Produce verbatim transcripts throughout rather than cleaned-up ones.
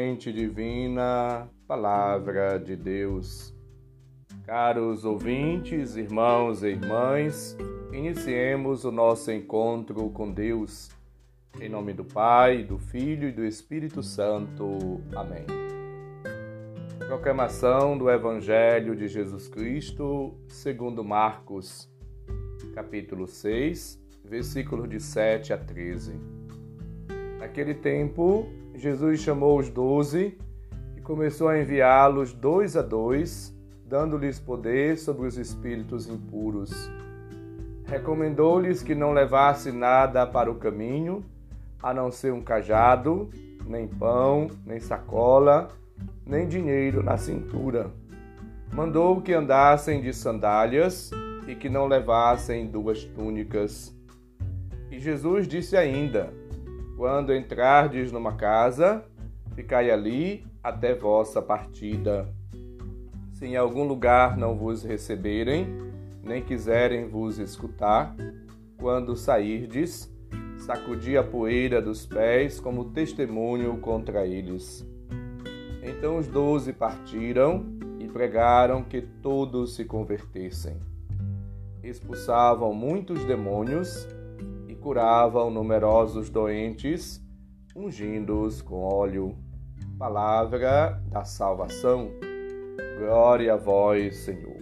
semente divina, Palavra de Deus. Caros ouvintes, irmãos e irmãs, iniciemos o nosso encontro com Deus. Em nome do Pai, do Filho e do Espírito Santo. Amém. Proclamação do Evangelho de Jesus Cristo, segundo Marcos, capítulo seis, versículos de sete a treze. Naquele tempo, Jesus chamou os doze e começou a enviá-los dois a dois, dando-lhes poder sobre os espíritos impuros. Recomendou-lhes que não levassem nada para o caminho, a não ser um cajado, nem pão, nem sacola, nem dinheiro na cintura. Mandou que andassem de sandálias e que não levassem duas túnicas. E Jesus disse ainda: quando entrardes numa casa, ficai ali até vossa partida. Se em algum lugar não vos receberem, nem quiserem vos escutar, quando sairdes, sacudi a poeira dos pés como testemunho contra eles. Então os doze partiram e pregaram que todos se convertessem. Expulsavam muitos demônios e curavam numerosos doentes, ungindo-os com óleo. Palavra da salvação. Glória a vós, Senhor.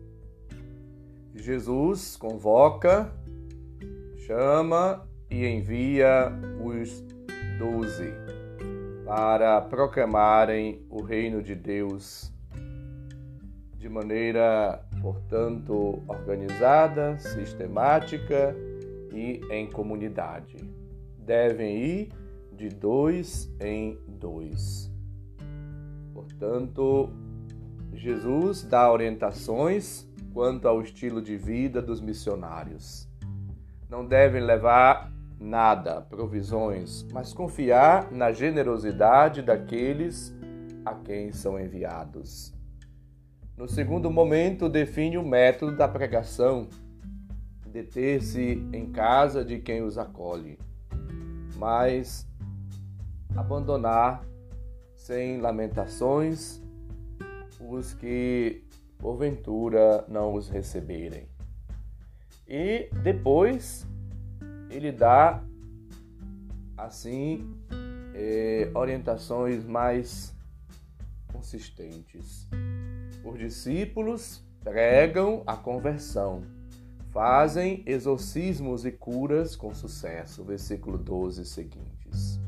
Jesus convoca, chama e envia os doze para proclamarem o reino de Deus de maneira, portanto, organizada, sistemática e em comunidade. Devem ir de dois em dois. Portanto, Jesus dá orientações quanto ao estilo de vida dos missionários. Não devem levar nada, provisões, mas confiar na generosidade daqueles a quem são enviados. No segundo momento, define o método da pregação: deter-se em casa de quem os acolhe, mas abandonar sem lamentações os que porventura não os receberem. E depois ele dá assim eh, orientações mais consistentes. Os discípulos pregam a conversão, fazem exorcismos e curas com sucesso. Versículo doze seguintes.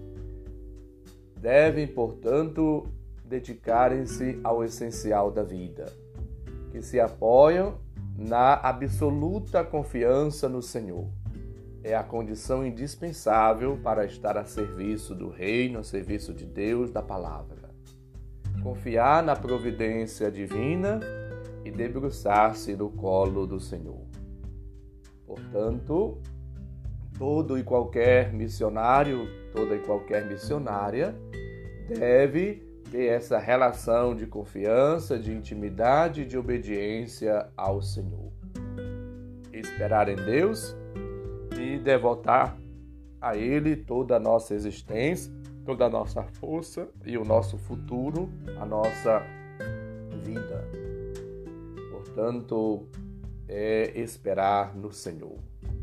Devem, portanto, dedicarem-se ao essencial da vida, que se apoiam na absoluta confiança no Senhor. É a condição indispensável para estar a serviço do reino, a serviço de Deus, da palavra. Confiar na providência divina e debruçar-se no colo do Senhor. Portanto, todo e qualquer missionário, toda e qualquer missionária deve ter essa relação de confiança, de intimidade e de obediência ao Senhor. Esperar em Deus e devotar a Ele toda a nossa existência, toda a nossa força e o nosso futuro, a nossa vida. Portanto, é esperar no Senhor.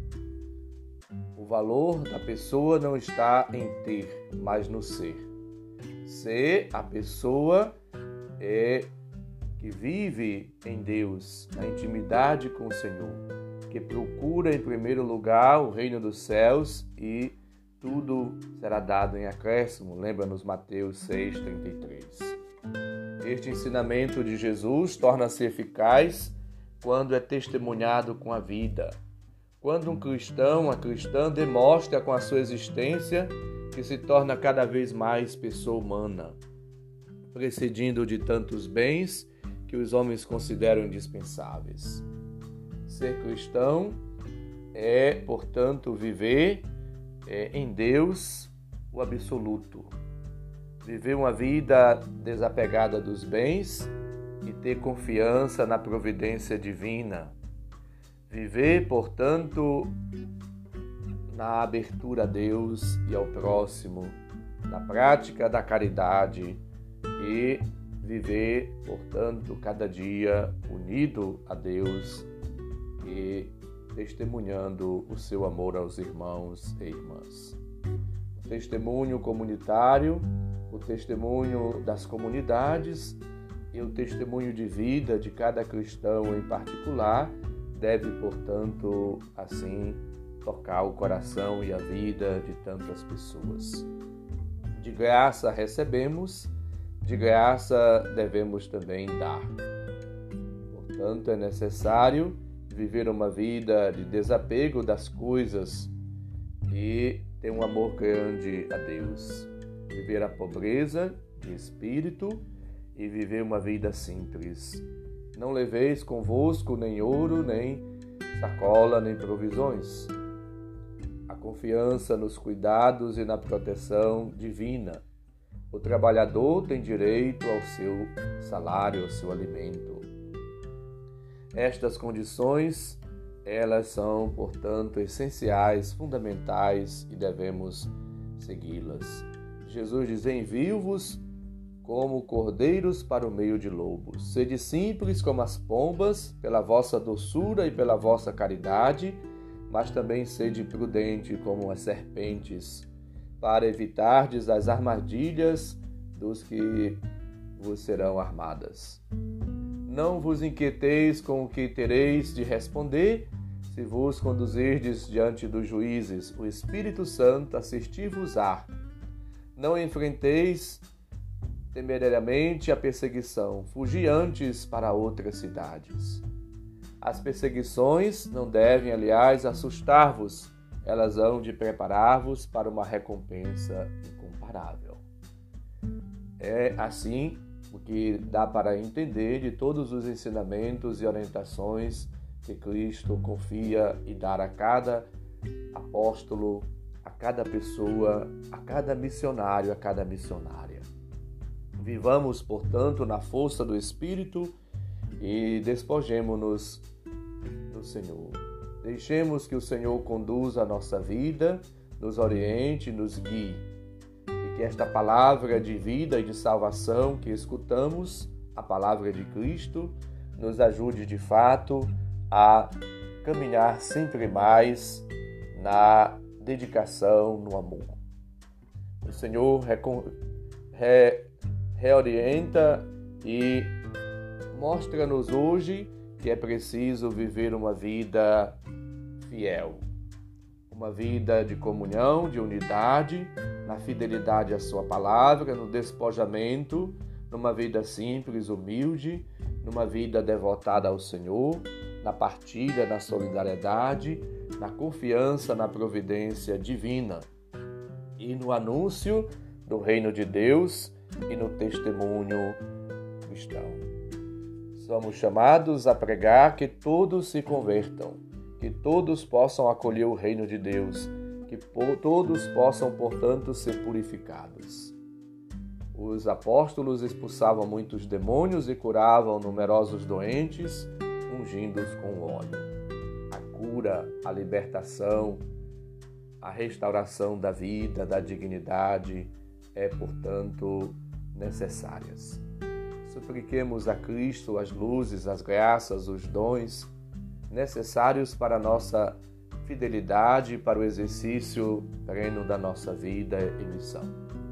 O valor da pessoa não está em ter, mas no ser. Ser a pessoa é que vive em Deus, na intimidade com o Senhor, que procura em primeiro lugar o reino dos céus e tudo será dado em acréscimo. Lembra-nos Mateus seis, trinta e três. Este ensinamento de Jesus torna-se eficaz quando é testemunhado com a vida. Quando um cristão, uma cristã, demonstra com a sua existência que se torna cada vez mais pessoa humana, prescindindo de tantos bens que os homens consideram indispensáveis. Ser cristão é, portanto, viver é, em Deus o absoluto. Viver uma vida desapegada dos bens e ter confiança na providência divina. Viver, portanto, na abertura a Deus e ao próximo, na prática da caridade e viver, portanto, cada dia unido a Deus e testemunhando o seu amor aos irmãos e irmãs. O testemunho comunitário, o testemunho das comunidades e o testemunho de vida de cada cristão em particular deve, portanto, assim, tocar o coração e a vida de tantas pessoas. De graça recebemos, de graça devemos também dar. Portanto, é necessário viver uma vida de desapego das coisas e ter um amor grande a Deus. Viver a pobreza de espírito e viver uma vida simples. Não leveis convosco nem ouro, nem sacola, nem provisões. A confiança nos cuidados e na proteção divina. O trabalhador tem direito ao seu salário, ao seu alimento. Estas condições, elas são, portanto, essenciais, fundamentais e devemos segui-las. Jesus diz: envio-vos como cordeiros para o meio de lobos. Sede simples como as pombas, pela vossa doçura e pela vossa caridade, mas também sede prudente como as serpentes, para evitardes as armadilhas dos que vos serão armadas. Não vos inquieteis com o que tereis de responder, se vos conduzirdes diante dos juízes, o Espírito Santo assistir-vos-á. Não enfrenteis temerariamente a perseguição, fugi antes para outras cidades. As perseguições não devem, aliás, assustar-vos, elas hão de preparar-vos para uma recompensa incomparável. É assim o que dá para entender de todos os ensinamentos e orientações que Cristo confia e dá a cada apóstolo, a cada pessoa, a cada missionário, a cada missionária. Vivamos, portanto, na força do Espírito e despojemo-nos do Senhor. Deixemos que o Senhor conduza a nossa vida, nos oriente, nos guie. E que esta palavra de vida e de salvação que escutamos, a palavra de Cristo, nos ajude de fato a caminhar sempre mais na dedicação, no amor. O Senhor recon... re... reorienta e mostra-nos hoje que é preciso viver uma vida fiel, uma vida de comunhão, de unidade, na fidelidade à sua palavra, no despojamento, numa vida simples, humilde, numa vida devotada ao Senhor, na partilha, na solidariedade, na confiança na providência divina e no anúncio do reino de Deus e no testemunho cristão. Somos chamados a pregar que todos se convertam, que todos possam acolher o reino de Deus, que todos possam, portanto, ser purificados. Os apóstolos expulsavam muitos demônios e curavam numerosos doentes, ungindo-os com óleo. A cura, a libertação, a restauração da vida, da dignidade é, portanto, necessárias. Supliquemos a Cristo as luzes, as graças, os dons necessários para a nossa fidelidade, para o exercício pleno da nossa vida e missão.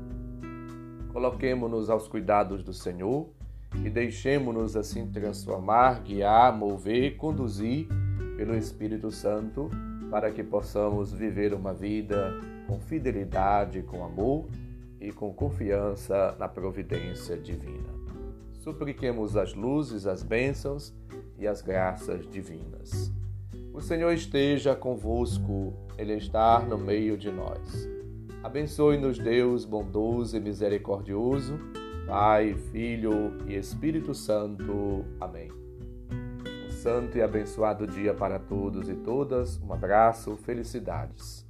Coloquemo-nos aos cuidados do Senhor e deixemo-nos assim transformar, guiar, mover, conduzir pelo Espírito Santo para que possamos viver uma vida com fidelidade, com amor e com confiança na providência divina. Supliquemos as luzes, as bênçãos e as graças divinas. O Senhor esteja convosco, Ele está no meio de nós. Abençoe-nos Deus bondoso e misericordioso, Pai, Filho e Espírito Santo. Amém. Um santo e abençoado dia para todos e todas. Um abraço, felicidades.